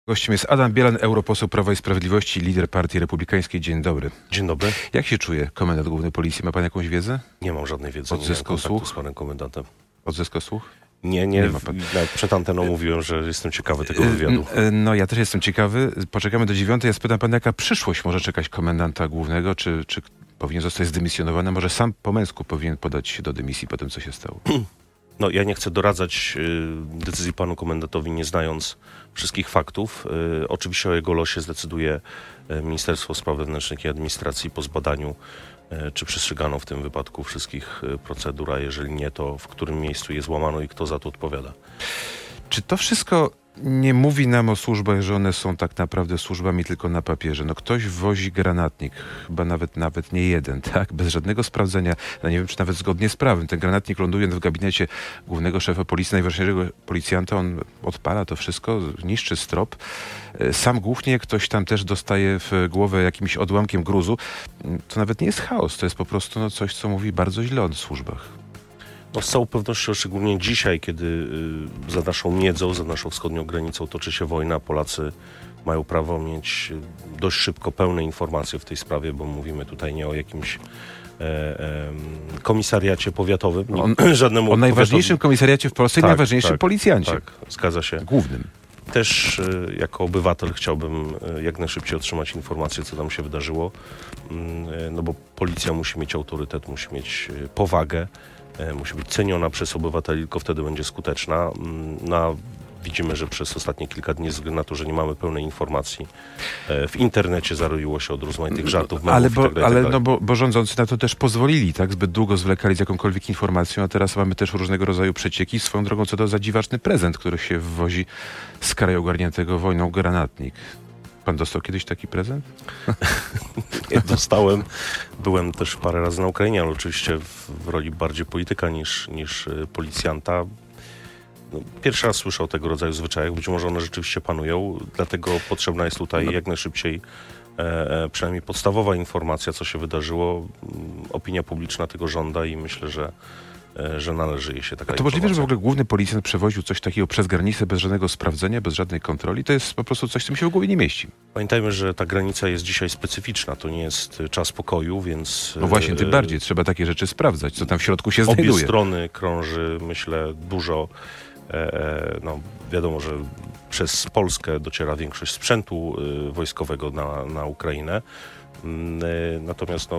Gościem jest Adam Bielan, europoseł Prawa i Sprawiedliwości, lider Partii Republikańskiej. Dzień dobry. Dzień dobry. Jak się czuje komendant główny policji? Ma pan jakąś wiedzę? Nie mam żadnej wiedzy. Odzyskał słuch? Z panem komendantem. Odzyskał słuch? Nie ma pan. Nawet przed anteną mówiłem, że jestem ciekawy tego wywiadu. No ja też jestem ciekawy. Poczekamy do 9. Ja spytam pana, jaka przyszłość może czekać komendanta głównego? Czy powinien zostać zdymisjonowany? Może sam po męsku powinien podać się do dymisji po tym, co się stało? No, ja nie chcę doradzać decyzji panu komendantowi, nie znając wszystkich faktów. Oczywiście o jego losie zdecyduje Ministerstwo Spraw Wewnętrznych i Administracji po zbadaniu, czy przestrzegano w tym wypadku wszystkich procedur, a jeżeli nie, to w którym miejscu je złamano i kto za to odpowiada. Czy to wszystko nie mówi nam o służbach, że one są tak naprawdę służbami tylko na papierze? No ktoś wozi granatnik, chyba nawet nie jeden, tak? Bez żadnego sprawdzenia, no nie wiem, czy nawet zgodnie z prawem. Ten granatnik ląduje w gabinecie głównego szefa policji, najważniejszego policjanta, on odpala to wszystko, niszczy strop. Sam głuchnie, ktoś tam też dostaje w głowę jakimś odłamkiem gruzu. To nawet nie jest chaos, to jest po prostu coś, co mówi bardzo źle o służbach. No, z całą pewnością, szczególnie dzisiaj, kiedy za naszą miedzą, za naszą wschodnią granicą toczy się wojna, Polacy mają prawo mieć dość szybko pełne informacje w tej sprawie, bo mówimy tutaj nie o jakimś komisariacie powiatowym. Żadnemu o najważniejszym komisariacie w Polsce i najważniejszym policjancie. Tak, zgadza się. Głównym. Też jako obywatel chciałbym jak najszybciej otrzymać informację, co tam się wydarzyło, no bo policja musi mieć autorytet, musi mieć powagę, musi być ceniona przez obywateli, tylko wtedy będzie skuteczna. Widzimy, że przez ostatnie kilka dni, ze względu na to, że nie mamy pełnej informacji, w internecie zaroiło się od rozmaitych żartów, bo rządzący na to też pozwolili, tak? Zbyt długo zwlekali z jakąkolwiek informacją, a teraz mamy też różnego rodzaju przecieki. Swoją drogą, co to za dziwaczny prezent, który się wwozi z kraju ogarniętego wojną, granatnik. Pan dostał kiedyś taki prezent? Nie, dostałem. Byłem też parę razy na Ukrainie, ale oczywiście w roli bardziej polityka niż policjanta. No, pierwszy raz słyszę o tego rodzaju zwyczajach. Być może one rzeczywiście panują, dlatego potrzebna jest tutaj jak najszybciej przynajmniej podstawowa informacja, co się wydarzyło. Opinia publiczna tego żąda i myślę, że należy jej się taka informacja. To możliwe, że w ogóle główny policjant przewoził coś takiego przez granicę bez żadnego sprawdzenia, bez żadnej kontroli? To jest po prostu coś, co mi się w głowie nie mieści. Pamiętajmy, że ta granica jest dzisiaj specyficzna. To nie jest czas pokoju, więc... No właśnie, tym bardziej trzeba takie rzeczy sprawdzać, co tam w środku się znajduje. Obie strony krąży, myślę, dużo. Wiadomo, że przez Polskę dociera większość sprzętu wojskowego na Ukrainę. Natomiast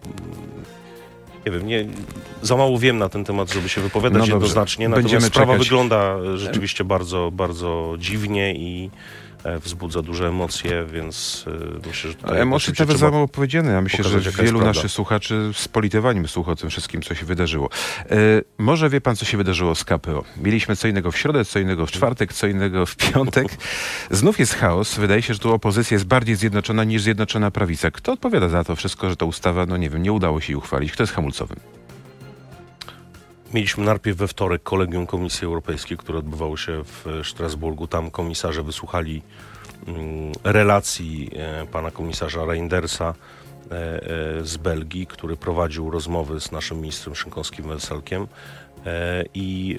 nie wiem, za mało wiem na ten temat, żeby się wypowiadać jednoznacznie. Natomiast sprawa wygląda rzeczywiście bardzo, bardzo dziwnie i wzbudza duże emocje, więc myślę, że tutaj... Emocje nawet za mało powiedziane. Ja myślę, że wielu naszych słuchaczy z politowaniem słucha o tym wszystkim, co się wydarzyło. Może wie pan, co się wydarzyło z KPO. Mieliśmy co innego w środę, co innego w czwartek, co innego w piątek. Znów jest chaos. Wydaje się, że tu opozycja jest bardziej zjednoczona niż Zjednoczona Prawica. Kto odpowiada za to wszystko, że ta ustawa, nie udało się jej uchwalić? Kto jest hamulcowym? Mieliśmy najpierw we wtorek kolegium Komisji Europejskiej, które odbywało się w Strasburgu. Tam komisarze wysłuchali relacji pana komisarza Reindersa z Belgii, który prowadził rozmowy z naszym ministrem Szynkowskim-Weselkiem i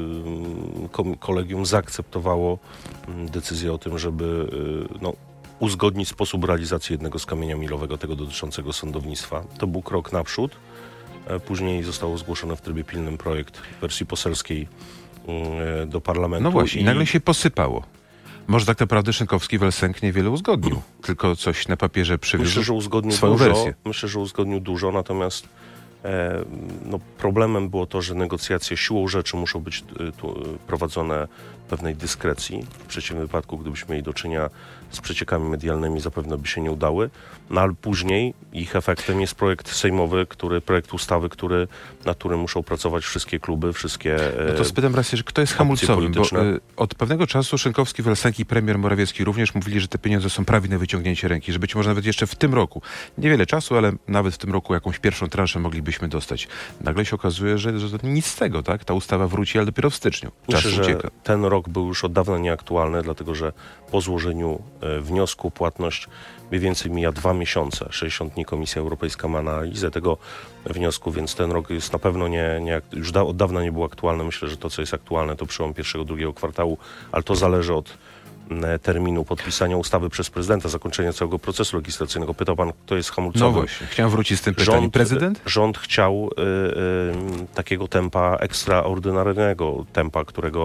kolegium zaakceptowało decyzję o tym, żeby uzgodnić sposób realizacji jednego z kamienia milowego, tego dotyczącego sądownictwa. To był krok naprzód. Później został zgłoszony w trybie pilnym projekt w wersji poselskiej do parlamentu. No właśnie, i nagle się posypało. Może tak naprawdę Szynkowski-Welsenk niewiele uzgodnił, tylko coś na papierze przywiózł swoją wersję. Myślę, że uzgodnił dużo, natomiast problemem było to, że negocjacje siłą rzeczy muszą być prowadzone w pewnej dyskrecji. W przeciwnym wypadku, gdybyśmy mieli do czynienia z przeciekami medialnymi, zapewne by się nie udały. No ale później ich efektem jest projekt sejmowy, projekt ustawy, nad którym muszą pracować wszystkie kluby, wszystkie No to spytam raz jeszcze, kto jest hamulcowym? Bo od pewnego czasu Szynkowski-Welsenk i premier Morawiecki również mówili, że te pieniądze są prawie na wyciągnięcie ręki, że być może nawet jeszcze w tym roku, niewiele czasu, ale nawet w tym roku jakąś pierwszą transzę moglibyśmy dostać. Nagle się okazuje, że nic z tego, tak? Ta ustawa wróci, ale dopiero w styczniu. Czas Myślę, ucieka. że ten rok był już od dawna nieaktualny, dlatego że po złożeniu wniosku płatność mniej więcej mija 2 miesiące. 60 dni Komisja Europejska ma analizę tego wniosku, więc ten rok jest na pewno już od dawna nie był aktualny. Myślę, że to, co jest aktualne, to przełom pierwszego, drugiego kwartału, ale to zależy od terminu podpisania ustawy przez prezydenta, zakończenia całego procesu legislacyjnego. Pytał pan, kto jest hamulcowy. No właśnie, chciałem wrócić z tym pytaniem. Prezydent? Rząd chciał takiego tempa ekstraordynarnego, tempa,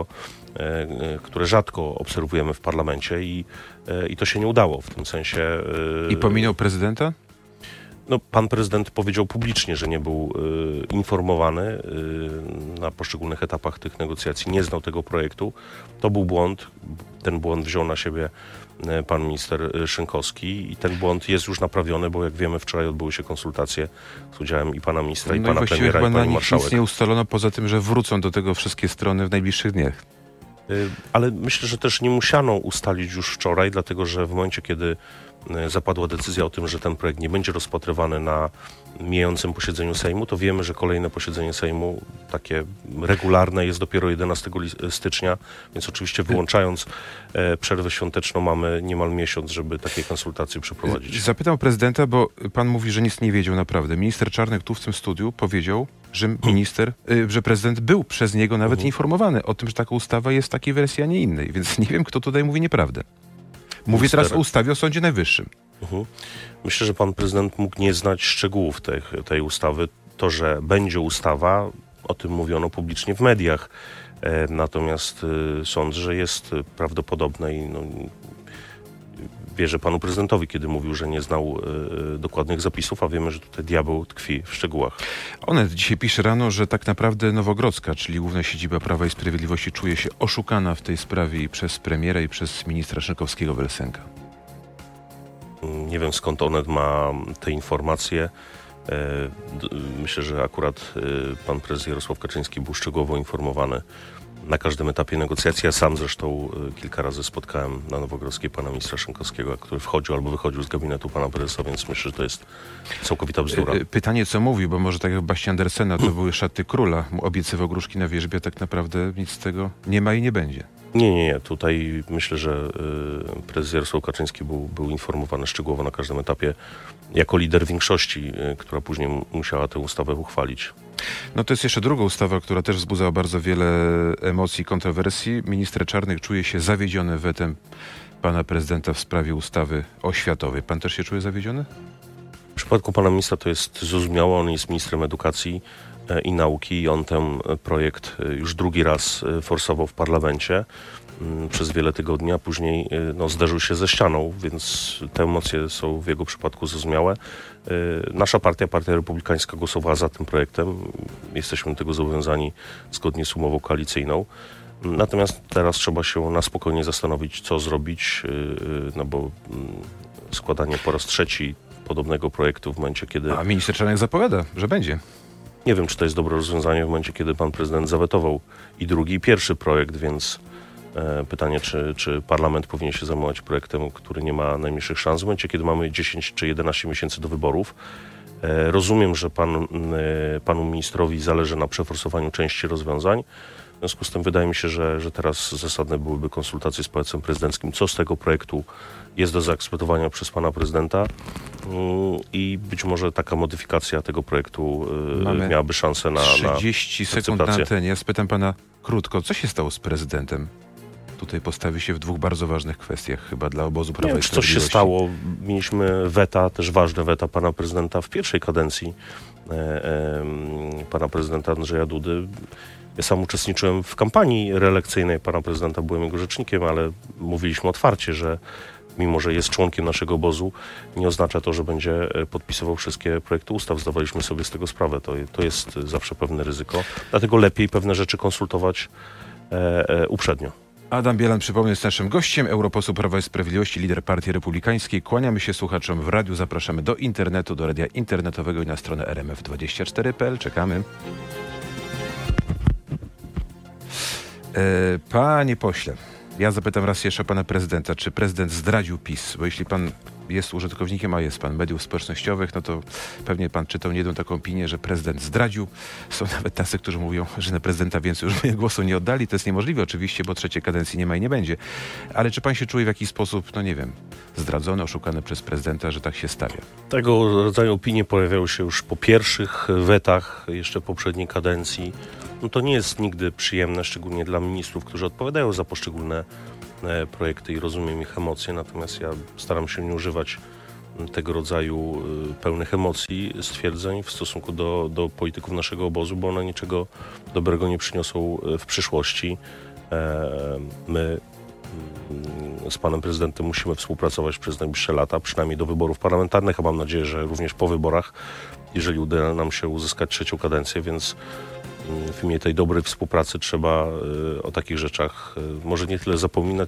które rzadko obserwujemy w parlamencie i to się nie udało w tym sensie. I pominął prezydenta? No, pan prezydent powiedział publicznie, że nie był informowany na poszczególnych etapach tych negocjacji, nie znał tego projektu. To był błąd. Ten błąd wziął na siebie pan minister Szynkowski i ten błąd jest już naprawiony, bo jak wiemy, wczoraj odbyły się konsultacje z udziałem i pana ministra, i pana premiera, i pani marszałek. Nic nie ustalono poza tym, że wrócą do tego wszystkie strony w najbliższych dniach. Ale myślę, że też nie musiano ustalić już wczoraj, dlatego że w momencie, kiedy zapadła decyzja o tym, że ten projekt nie będzie rozpatrywany na mijającym posiedzeniu Sejmu, to wiemy, że kolejne posiedzenie Sejmu, takie regularne, jest dopiero 11 stycznia, więc oczywiście wyłączając przerwę świąteczną mamy niemal miesiąc, żeby takie konsultacje przeprowadzić. Zapytam prezydenta, bo pan mówi, że nic nie wiedział naprawdę. Minister Czarnek tu w tym studiu powiedział, że prezydent był przez niego nawet informowany o tym, że taka ustawa jest w takiej wersji, a nie innej, więc nie wiem, kto tutaj mówi nieprawdę. Mówię teraz o ustawie o Sądzie Najwyższym. Myślę, że pan prezydent mógł nie znać szczegółów tej ustawy. To, że będzie ustawa, o tym mówiono publicznie w mediach. Natomiast sądzę, że jest prawdopodobne i wierzę panu prezydentowi, kiedy mówił, że nie znał dokładnych zapisów, a wiemy, że tutaj diabeł tkwi w szczegółach. Onet dzisiaj pisze rano, że tak naprawdę Nowogrodzka, czyli główna siedziba Prawa i Sprawiedliwości, czuje się oszukana w tej sprawie i przez premiera, i przez ministra Szynkowskiego-Welsenka. Nie wiem, skąd Onet ma te informacje. Myślę, że akurat pan prezes Jarosław Kaczyński był szczegółowo informowany na każdym etapie negocjacji. Ja sam zresztą kilka razy spotkałem na Nowogrodzkiej pana ministra Szynkowskiego, który wchodził albo wychodził z gabinetu pana prezesa, więc myślę, że to jest całkowita bzdura. Pytanie, co mówił, bo może tak jak w Baści Andersena, to były szaty króla, mu obiecywał gruszki na wierzbie, tak naprawdę nic z tego nie ma i nie będzie. Nie. Tutaj myślę, że prezes Jarosław Kaczyński był informowany szczegółowo na każdym etapie jako lider większości, która później musiała tę ustawę uchwalić. No to jest jeszcze druga ustawa, która też wzbudzała bardzo wiele emocji i kontrowersji. Minister Czarnek czuje się zawiedziony wetem pana prezydenta w sprawie ustawy oświatowej. Pan też się czuje zawiedziony? W przypadku pana ministra to jest zrozumiałe. On jest ministrem edukacji i nauki i on ten projekt już drugi raz forsował w parlamencie przez wiele tygodni, a później zderzył się ze ścianą, więc te emocje są w jego przypadku zrozumiałe. Nasza Partia Republikańska głosowała za tym projektem. Jesteśmy do tego zobowiązani zgodnie z umową koalicyjną. Natomiast teraz trzeba się na spokojnie zastanowić, co zrobić, bo składanie po raz trzeci podobnego projektu w momencie, kiedy... A minister Czarnek zapowiada, że będzie. Nie wiem, czy to jest dobre rozwiązanie w momencie, kiedy pan prezydent zawetował i drugi, i pierwszy projekt, więc pytanie, czy parlament powinien się zajmować projektem, który nie ma najmniejszych szans. W momencie, kiedy mamy 10 czy 11 miesięcy do wyborów, rozumiem, że panu ministrowi zależy na przeforsowaniu części rozwiązań. W związku z tym wydaje mi się, że teraz zasadne byłyby konsultacje z Pałacem Prezydenckim, co z tego projektu jest do zaakceptowania przez pana prezydenta i być może taka modyfikacja tego projektu miałaby szansę na 30 sekund na antenie. Ja spytam pana krótko, co się stało z prezydentem? Tutaj postawi się w dwóch bardzo ważnych kwestiach chyba dla obozu Prawa i Sprawiedliwości. Coś się stało. Mieliśmy weta, też ważne weta pana prezydenta w pierwszej kadencji pana prezydenta Andrzeja Dudy. Ja sam uczestniczyłem w kampanii reelekcyjnej pana prezydenta, byłem jego rzecznikiem, ale mówiliśmy otwarcie, że mimo że jest członkiem naszego obozu, nie oznacza to, że będzie podpisywał wszystkie projekty ustaw. Zdawaliśmy sobie z tego sprawę. To jest zawsze pewne ryzyko. Dlatego lepiej pewne rzeczy konsultować uprzednio. Adam Bielan, przypomnę, jest naszym gościem, europoseł Prawa i Sprawiedliwości, lider Partii Republikańskiej. Kłaniamy się słuchaczom w radiu, zapraszamy do internetu, do radia internetowego i na stronę rmf24.pl. Czekamy. Panie pośle, ja zapytam raz jeszcze pana prezydenta, czy prezydent zdradził PiS? Bo jeśli pan jest użytkownikiem, a jest pan mediów społecznościowych, no to pewnie pan czytał niejedną taką opinię, że prezydent zdradził. Są nawet tacy, którzy mówią, że na prezydenta więcej już głosu nie oddali. To jest niemożliwe oczywiście, bo trzeciej kadencji nie ma i nie będzie. Ale czy pan się czuje w jakiś sposób, zdradzony, oszukany przez prezydenta, że tak się stawia? Tego rodzaju opinie pojawiały się już po pierwszych wetach jeszcze poprzedniej kadencji. To nie jest nigdy przyjemne, szczególnie dla ministrów, którzy odpowiadają za poszczególne projekty i rozumiem ich emocje, natomiast ja staram się nie używać tego rodzaju pełnych emocji stwierdzeń w stosunku do polityków naszego obozu, bo one niczego dobrego nie przyniosą w przyszłości. My z panem prezydentem musimy współpracować przez najbliższe lata, przynajmniej do wyborów parlamentarnych, a mam nadzieję, że również po wyborach, jeżeli uda nam się uzyskać 3. kadencję, więc w imię tej dobrej współpracy trzeba o takich rzeczach może nie tyle zapominać,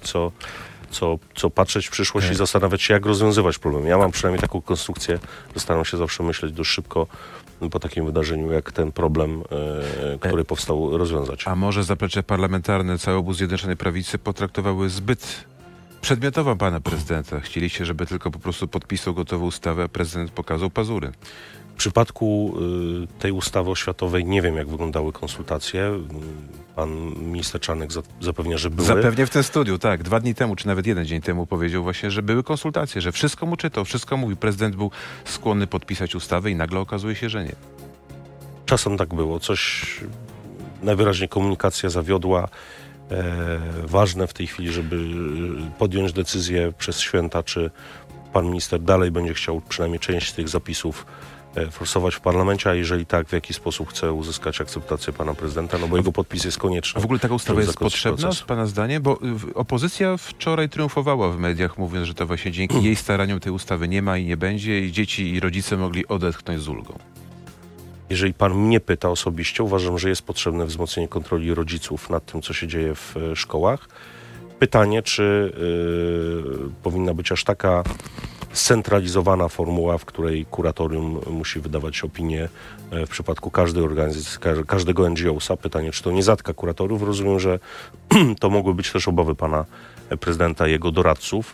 co patrzeć w przyszłość i zastanawiać się, jak rozwiązywać problem. Ja mam przynajmniej taką konstrukcję, że staram się zawsze myśleć dość szybko po takim wydarzeniu, jak ten problem, który powstał, rozwiązać. A może zaplecze parlamentarne, cały obóz Zjednoczonej Prawicy potraktowały zbyt przedmiotowo pana prezydenta? Chcieliście, żeby tylko po prostu podpisał gotową ustawę, a prezydent pokazał pazury. W przypadku tej ustawy oświatowej nie wiem, jak wyglądały konsultacje. Pan minister Czarnek zapewnia, że były. Zapewnie w tym studiu, tak. 2 dni temu, czy nawet 1 dzień temu powiedział właśnie, że były konsultacje, że wszystko mu czytał, wszystko mówił. Prezydent był skłonny podpisać ustawę i nagle okazuje się, że nie. Czasem tak było. Coś najwyraźniej komunikacja zawiodła. Ważne w tej chwili, żeby podjąć decyzję przez święta, czy pan minister dalej będzie chciał przynajmniej część tych zapisów forsować w parlamencie, a jeżeli tak, w jaki sposób chce uzyskać akceptację pana prezydenta, no bo jego podpis jest konieczny. W ogóle taka ustawa jest potrzebna z pana zdaniem? Bo opozycja wczoraj triumfowała w mediach, mówiąc, że to właśnie dzięki jej staraniom tej ustawy nie ma i nie będzie i dzieci i rodzice mogli odetchnąć z ulgą. Jeżeli pan mnie pyta osobiście, uważam, że jest potrzebne wzmocnienie kontroli rodziców nad tym, co się dzieje w szkołach. Pytanie, czy powinna być aż taka scentralizowana formuła, w której kuratorium musi wydawać opinię w przypadku każdej organizacji, każdego NGO-sa. Pytanie, czy to nie zatka kuratoriów. Rozumiem, że to mogły być też obawy pana prezydenta i jego doradców.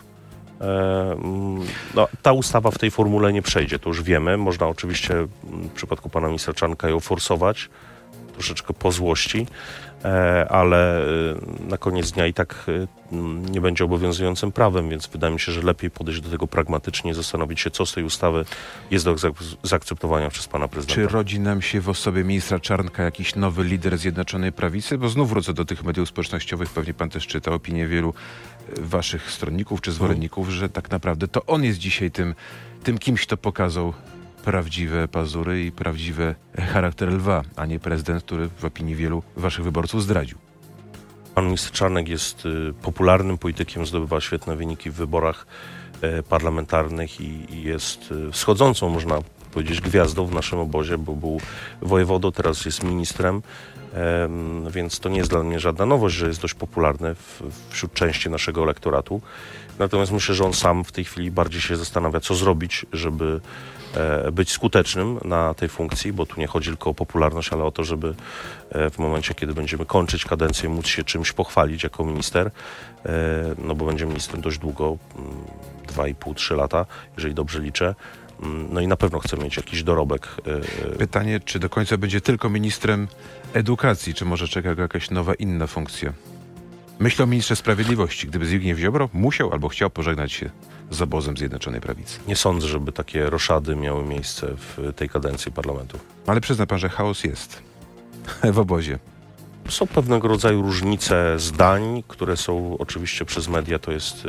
No, ta ustawa w tej formule nie przejdzie, to już wiemy. Można oczywiście w przypadku pana ministra Czarnka ją forsować, troszeczkę po złości, ale na koniec dnia i tak nie będzie obowiązującym prawem, więc wydaje mi się, że lepiej podejść do tego pragmatycznie, zastanowić się, co z tej ustawy jest do zaakceptowania przez pana prezydenta. Czy rodzi nam się w osobie ministra Czarnka jakiś nowy lider Zjednoczonej Prawicy? Bo znów wrócę do tych mediów społecznościowych, pewnie pan też czyta opinie wielu waszych stronników czy zwolenników, że tak naprawdę to on jest dzisiaj tym kimś, kto pokazał prawdziwe pazury i prawdziwy charakter lwa, a nie prezydent, który w opinii wielu waszych wyborców zdradził. Pan minister Czarnek jest popularnym politykiem, zdobywa świetne wyniki w wyborach parlamentarnych i jest wschodzącą, można powiedzieć, gwiazdą w naszym obozie, bo był wojewodą, teraz jest ministrem, więc to nie jest dla mnie żadna nowość, że jest dość popularny wśród części naszego elektoratu. Natomiast myślę, że on sam w tej chwili bardziej się zastanawia, co zrobić, żeby być skutecznym na tej funkcji, bo tu nie chodzi tylko o popularność, ale o to, żeby w momencie, kiedy będziemy kończyć kadencję, móc się czymś pochwalić jako minister, no bo będzie ministrem dość długo, 2,5-3 lata, jeżeli dobrze liczę. No i na pewno chcę mieć jakiś dorobek. Pytanie, czy do końca będzie tylko ministrem edukacji, czy może czeka go jakaś nowa, inna funkcja? Myślę o ministrze sprawiedliwości. Gdyby Zbigniew Ziobro musiał albo chciał pożegnać się z obozem Zjednoczonej Prawicy. Nie sądzę, żeby takie roszady miały miejsce w tej kadencji parlamentu. Ale przyzna pan, że chaos jest w obozie. Są pewnego rodzaju różnice zdań, które są oczywiście przez media, to jest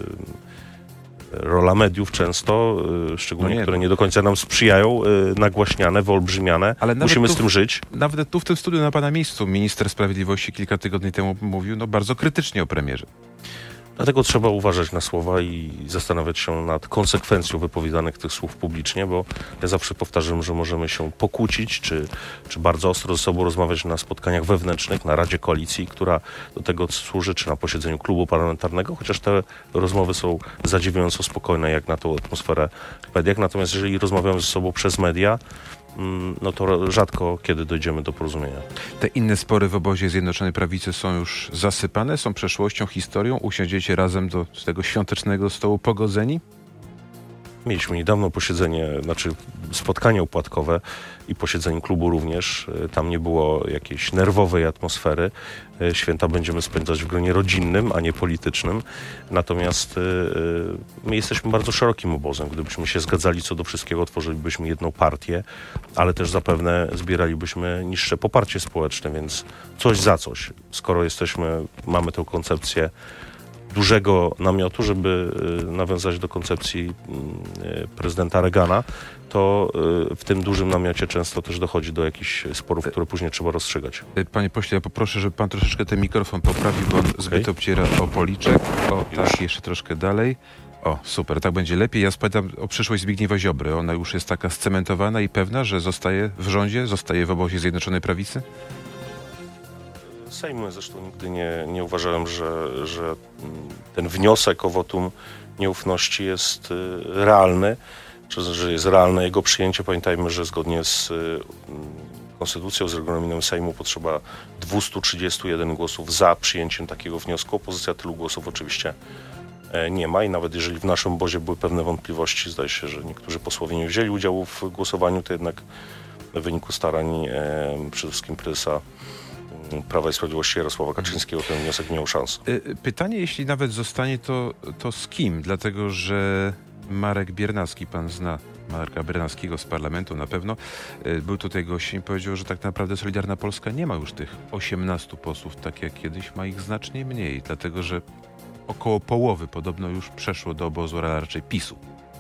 rola mediów często, szczególnie które nie do końca nam sprzyjają, nagłaśniane, wyolbrzymiane. Ale musimy z tym żyć. Nawet tu w tym studiu na pana miejscu minister sprawiedliwości kilka tygodni temu mówił bardzo krytycznie o premierze. Dlatego trzeba uważać na słowa i zastanawiać się nad konsekwencją wypowiadanych tych słów publicznie, bo ja zawsze powtarzam, że możemy się pokłócić, czy bardzo ostro ze sobą rozmawiać na spotkaniach wewnętrznych, na Radzie Koalicji, która do tego służy, czy na posiedzeniu klubu parlamentarnego, chociaż te rozmowy są zadziwiająco spokojne, jak na tą atmosferę w mediach. Natomiast jeżeli rozmawiamy ze sobą przez media, no to rzadko kiedy dojdziemy do porozumienia. Te inne spory w obozie Zjednoczonej Prawicy są już zasypane, są przeszłością, historią? Usiądziecie razem do tego świątecznego stołu pogodzeni? Mieliśmy niedawno spotkanie opłatkowe i posiedzenie klubu również. Tam nie było jakiejś nerwowej atmosfery. Święta będziemy spędzać w gronie rodzinnym, a nie politycznym. Natomiast my jesteśmy bardzo szerokim obozem. Gdybyśmy się zgadzali co do wszystkiego, tworzylibyśmy jedną partię, ale też zapewne zbieralibyśmy niższe poparcie społeczne, więc coś za coś. Skoro mamy tę koncepcję dużego namiotu, żeby nawiązać do koncepcji prezydenta Reagana, to w tym dużym namiocie często też dochodzi do jakichś sporów, które później trzeba rozstrzygać. Panie pośle, ja poproszę, żeby pan troszeczkę ten mikrofon poprawił, bo on zbyt obciera o policzek. O, tak, jeszcze troszkę dalej. O, super, tak będzie lepiej. Ja spytam o przyszłość Zbigniewa Ziobry. Ona już jest taka scementowana i pewna, że zostaje w rządzie, zostaje w obozie Zjednoczonej Prawicy? Sejmu zresztą nigdy nie uważałem, że ten wniosek o wotum nieufności jest realny, czy że jest realne jego przyjęcie. Pamiętajmy, że zgodnie z konstytucją, z regulaminem Sejmu potrzeba 231 głosów za przyjęciem takiego wniosku. Opozycja tylu głosów oczywiście nie ma i nawet jeżeli w naszym obozie były pewne wątpliwości, zdaje się, że niektórzy posłowie nie wzięli udziału w głosowaniu, to jednak w wyniku starań przede wszystkim prezesa Prawa i Sprawiedliwości Jarosława Kaczyńskiego ten wniosek nie miał szans. Pytanie, jeśli nawet zostanie, to z kim? Dlatego, że Marek Biernacki, pan zna Marka Biernackiego z parlamentu na pewno, był tutaj gościem i powiedział, że tak naprawdę Solidarna Polska nie ma już tych 18 posłów, tak jak kiedyś, ma ich znacznie mniej, dlatego że około połowy podobno już przeszło do obozu, a raczej PiS-u.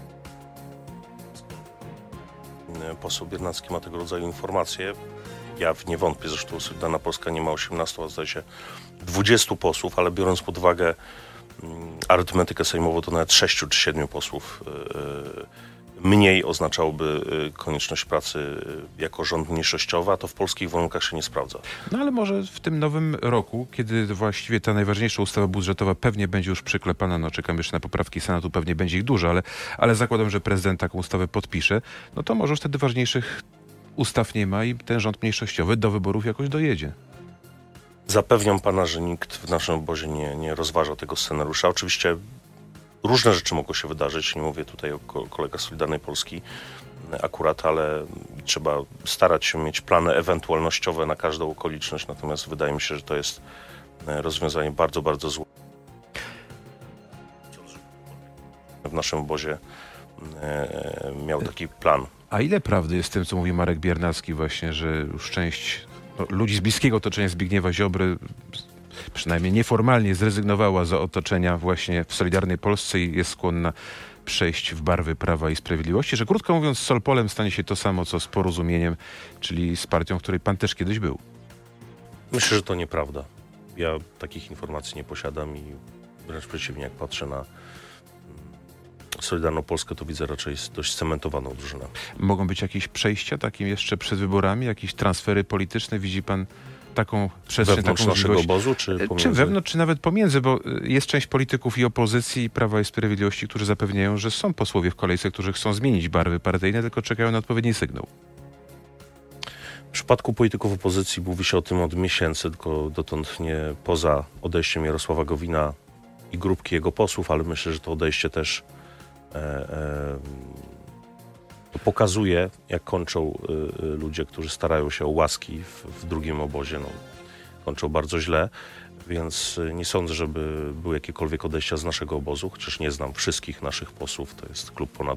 Poseł Biernacki ma tego rodzaju informacje. Ja nie wątpię, zresztą Solidarna Polska nie ma 18, a zdaje się 20 posłów, ale biorąc pod uwagę arytmetykę sejmową, to nawet 6 czy 7 posłów mniej oznaczałoby konieczność pracy jako rząd mniejszościowy, a to w polskich warunkach się nie sprawdza. No ale może w tym nowym roku, kiedy właściwie ta najważniejsza ustawa budżetowa pewnie będzie już przyklepana, no czekam jeszcze na poprawki Senatu, pewnie będzie ich dużo, ale zakładam, że prezydent taką ustawę podpisze, no to może już wtedy ważniejszych ustaw nie ma i ten rząd mniejszościowy do wyborów jakoś dojedzie. Zapewniam pana, że nikt w naszym obozie nie rozważa tego scenariusza. Oczywiście różne rzeczy mogą się wydarzyć. Nie mówię tutaj o kolegach z Solidarnej Polski akurat, ale trzeba starać się mieć plany ewentualnościowe na każdą okoliczność. Natomiast wydaje mi się, że to jest rozwiązanie bardzo, bardzo złe. W naszym obozie miał taki plan. A ile prawdy jest w tym, co mówi Marek Biernacki właśnie, że już część ludzi z bliskiego otoczenia Zbigniewa Ziobry przynajmniej nieformalnie zrezygnowała z otoczenia właśnie w Solidarnej Polsce i jest skłonna przejść w barwy Prawa i Sprawiedliwości, że krótko mówiąc z Solpolem stanie się to samo, co z Porozumieniem, czyli z partią, w której pan też kiedyś był? Myślę, że to nieprawda. Ja takich informacji nie posiadam i wręcz przeciwnie, jak patrzę na Solidarną Polskę, to widzę raczej dość cementowaną drużynę. Mogą być jakieś przejścia takim jeszcze przed wyborami, jakieś transfery polityczne? Widzi pan taką przestrzeń, wewnątrz taką naszego możliwość? obozu, czy pomiędzy? Czy wewnątrz, czy nawet pomiędzy, bo jest część polityków i opozycji, i Prawa i Sprawiedliwości, którzy zapewniają, że są posłowie w kolejce, którzy chcą zmienić barwy partyjne, tylko czekają na odpowiedni sygnał. W przypadku polityków opozycji mówi się o tym od miesięcy, tylko dotąd nie poza odejściem Jarosława Gowina i grupki jego posłów, ale myślę, że to odejście też pokazuje, jak kończą ludzie, którzy starają się o łaski w drugim obozie. No, kończą bardzo źle, więc nie sądzę, żeby były jakiekolwiek odejścia z naszego obozu, chociaż nie znam wszystkich naszych posłów. To jest klub ponad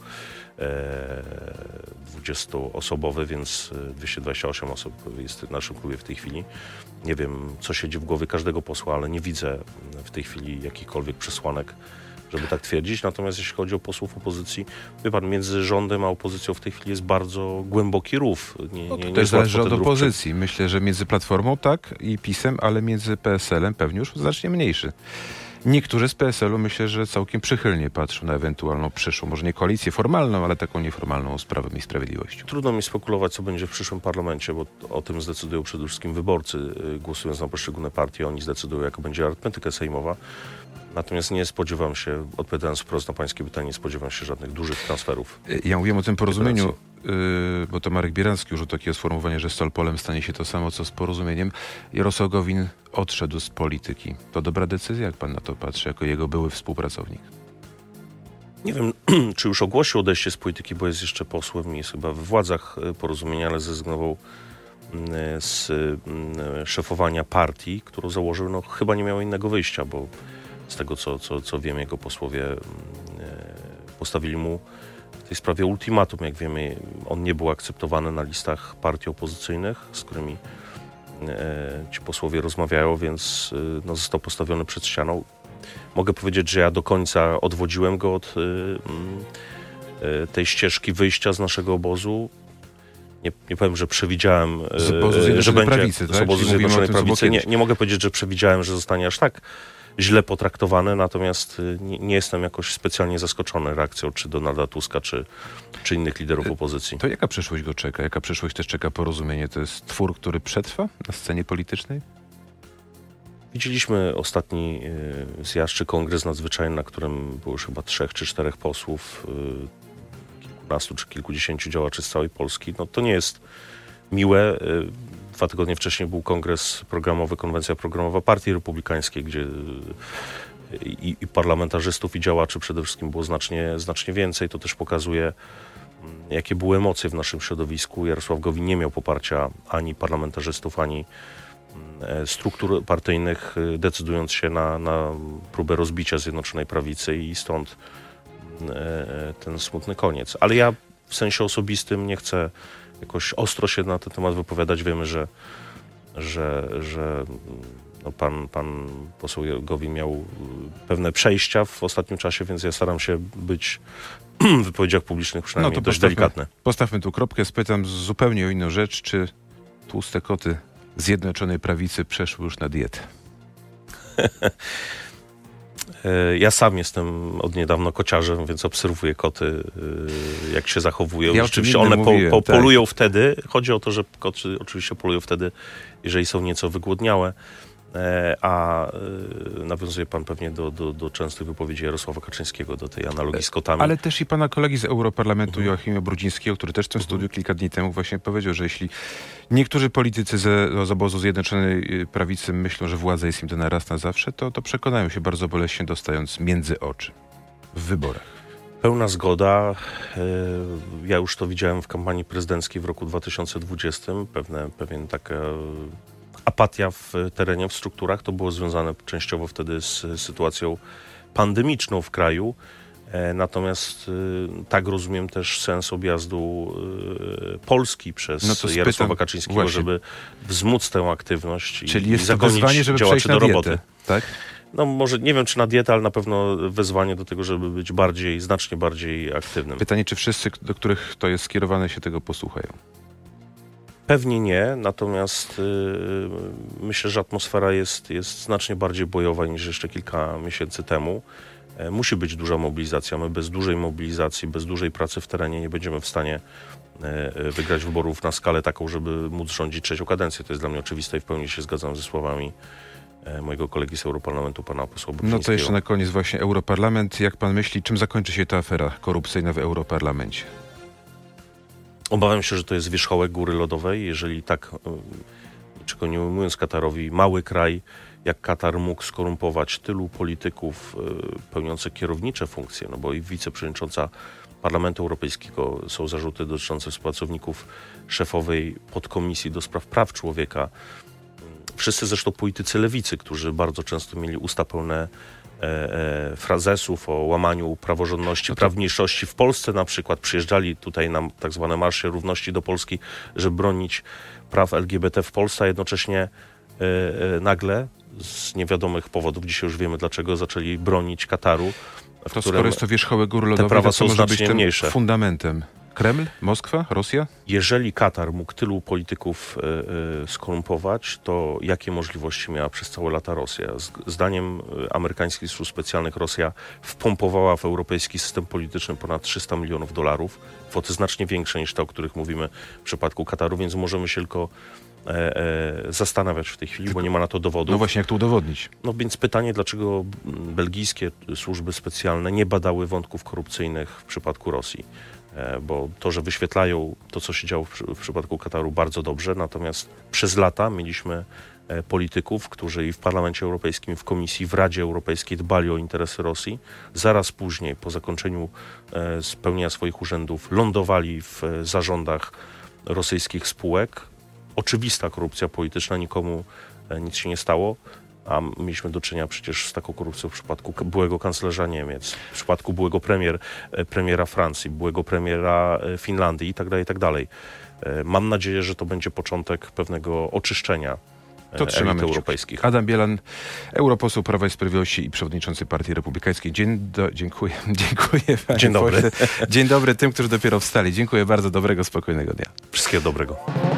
220-osobowy, więc 228 osób jest w naszym klubie w tej chwili. Nie wiem, co siedzi w głowie każdego posła, ale nie widzę w tej chwili jakichkolwiek przesłanek, żeby tak twierdzić. Natomiast jeśli chodzi o posłów opozycji, wie pan, między rządem a opozycją w tej chwili jest bardzo głęboki rów. To też zależy od opozycji. Myślę, że między Platformą tak i PiS-em, ale między PSL-em pewnie już znacznie mniejszy. Niektórzy z PSL-u myślę, że całkiem przychylnie patrzą na ewentualną przyszłą, może nie koalicję formalną, ale taką nieformalną z Prawem i Sprawiedliwością. Trudno mi spekulować, co będzie w przyszłym parlamencie, bo o tym zdecydują przede wszystkim wyborcy. Głosując na poszczególne partie, oni zdecydują, jaka będzie arytmetyka sejmowa. Natomiast nie spodziewam się, odpowiadając wprost na pańskie pytanie, nie spodziewam się żadnych dużych transferów. Ja mówiłem o tym porozumieniu, bo to Marek Biernacki użył takiego sformułowania, że z Solpolem stanie się to samo, co z Porozumieniem. Jarosław Gowin odszedł z polityki. To dobra decyzja, jak pan na to patrzy, jako jego były współpracownik? Nie wiem, czy już ogłosił odejście z polityki, bo jest jeszcze posłem i jest chyba we władzach Porozumienia, ale zrezygnował z szefowania partii, którą założył. No chyba nie miał innego wyjścia, bo z tego, co wiem, jego posłowie postawili mu w tej sprawie ultimatum. Jak wiemy, on nie był akceptowany na listach partii opozycyjnych, z którymi ci posłowie rozmawiają, więc no, został postawiony przed ścianą. mogę powiedzieć, że ja do końca odwodziłem go od tej ścieżki wyjścia z naszego obozu. Nie powiem, że przewidziałem, Z obozu Zjednoczonej Prawicy, tak? Z obozu Czyli mówimy Zjednoczonej o tym, co Prawicy. było Nie mogę powiedzieć, że przewidziałem, że zostanie aż tak źle potraktowany, natomiast nie jestem jakoś specjalnie zaskoczony reakcją czy Donalda Tuska, czy innych liderów opozycji. To jaka przyszłość go czeka? Jaka przyszłość też czeka Porozumienie? To jest twór, który przetrwa na scenie politycznej? Widzieliśmy ostatni zjazd czy kongres nadzwyczajny, na którym było już chyba 3 czy 4 posłów, kilkunastu czy kilkudziesięciu działaczy z całej Polski. No to nie jest miłe. 2 tygodnie wcześniej był kongres programowy, konwencja programowa Partii Republikańskiej, gdzie i parlamentarzystów, i działaczy przede wszystkim było znacznie więcej. To też pokazuje, jakie były emocje w naszym środowisku. Jarosław Gowin nie miał poparcia ani parlamentarzystów, ani struktur partyjnych, decydując się na próbę rozbicia Zjednoczonej Prawicy i stąd ten smutny koniec. Ale ja w sensie osobistym nie chcę jakoś ostro się na ten temat wypowiadać. Wiemy, że no pan poseł Gowin miał pewne przejścia w ostatnim czasie, więc ja staram się być w wypowiedziach publicznych przynajmniej dość delikatny. Postawmy tu kropkę. Spytam zupełnie o inną rzecz. Czy tłuste koty Zjednoczonej Prawicy przeszły już na dietę? Ja sam jestem od niedawna kociarzem, więc obserwuję koty, jak się zachowują. Ja rzeczywiście one polują wtedy. Chodzi o to, że koty oczywiście polują wtedy, jeżeli są nieco wygłodniałe. A nawiązuje pan pewnie do częstych wypowiedzi Jarosława Kaczyńskiego, do tej analogii z kotami. Ale też i pana kolegi z Europarlamentu Joachima Brudzińskiego, który też w tym studiu kilka dni temu właśnie powiedział, że jeśli niektórzy politycy z obozu Zjednoczonej Prawicy myślą, że władza jest im dana raz na zawsze, to przekonają się bardzo boleśnie, dostając między oczy w wyborach. Pełna zgoda. Ja już to widziałem w kampanii prezydenckiej w roku 2020. Pewien taka apatia w terenie, w strukturach. To było związane częściowo wtedy z sytuacją pandemiczną w kraju. Natomiast tak rozumiem też sens objazdu Polski przez Jarosława Kaczyńskiego, właśnie, żeby wzmóc tę aktywność i zagonić wyzwanie, żeby działaczy do roboty. Dietę, tak? No może nie wiem, czy na dietę, ale na pewno wezwanie do tego, żeby być znacznie bardziej aktywnym. Pytanie, czy wszyscy, do których to jest skierowane, się tego posłuchają? Pewnie nie, natomiast myślę, że atmosfera jest znacznie bardziej bojowa niż jeszcze kilka miesięcy temu. Musi być duża mobilizacja. My bez dużej mobilizacji, bez dużej pracy w terenie nie będziemy w stanie wygrać wyborów na skalę taką, żeby móc rządzić 3. kadencję. To jest dla mnie oczywiste i w pełni się zgadzam ze słowami mojego kolegi z Europarlamentu, pana posła Brudzińskiego. No to jeszcze na koniec właśnie Europarlament. Jak pan myśli, czym zakończy się ta afera korupcyjna w Europarlamencie? Obawiam się, że to jest wierzchołek góry lodowej. Jeżeli tak, niczego nie ujmując Katarowi, mały kraj jak Katar mógł skorumpować tylu polityków pełniących kierownicze funkcje, no bo i wiceprzewodnicząca Parlamentu Europejskiego, są zarzuty dotyczące współpracowników szefowej podkomisji do spraw praw człowieka. Wszyscy zresztą politycy lewicy, którzy bardzo często mieli usta pełne frazesów o łamaniu praworządności, praw mniejszości. W Polsce na przykład przyjeżdżali tutaj na tak zwane marsze równości do Polski, żeby bronić praw LGBT w Polsce, a jednocześnie nagle z niewiadomych powodów, dzisiaj już wiemy dlaczego, zaczęli bronić Kataru. To skoro jest to wierzchołek góry lodowej, te prawa to są może być tym mniejsze. Fundamentem? Kreml? Moskwa? Rosja? Jeżeli Katar mógł tylu polityków skorumpować, to jakie możliwości miała przez całe lata Rosja? Zdaniem amerykańskich służb specjalnych Rosja wpompowała w europejski system polityczny ponad $300 milionów. Kwoty znacznie większe niż te, o których mówimy w przypadku Kataru, więc możemy się tylko zastanawiać w tej chwili, bo nie ma na to dowodów. No właśnie, jak to udowodnić? No więc pytanie, dlaczego belgijskie służby specjalne nie badały wątków korupcyjnych w przypadku Rosji? Bo to, że wyświetlają to, co się działo w przypadku Kataru, bardzo dobrze, natomiast przez lata mieliśmy polityków, którzy i w Parlamencie Europejskim, w Komisji, w Radzie Europejskiej dbali o interesy Rosji. Zaraz później, po zakończeniu spełnienia swoich urzędów, lądowali w zarządach rosyjskich spółek. Oczywista korupcja polityczna, nikomu nic się nie stało. A mieliśmy do czynienia przecież z taką korupcją w przypadku byłego kanclerza Niemiec, w przypadku byłego premiera Francji, byłego premiera Finlandii itd., itd. Mam nadzieję, że to będzie początek pewnego oczyszczenia To trzymamy elit kciuki. europejskich. Adam Bielan, europoseł Prawa i Sprawiedliwości i przewodniczący Partii Republikańskiej. Dziękuję. Panie Dzień dobry. pośle. Dzień dobry tym, którzy dopiero wstali. Dziękuję bardzo. Dobrego, spokojnego dnia. Wszystkiego dobrego.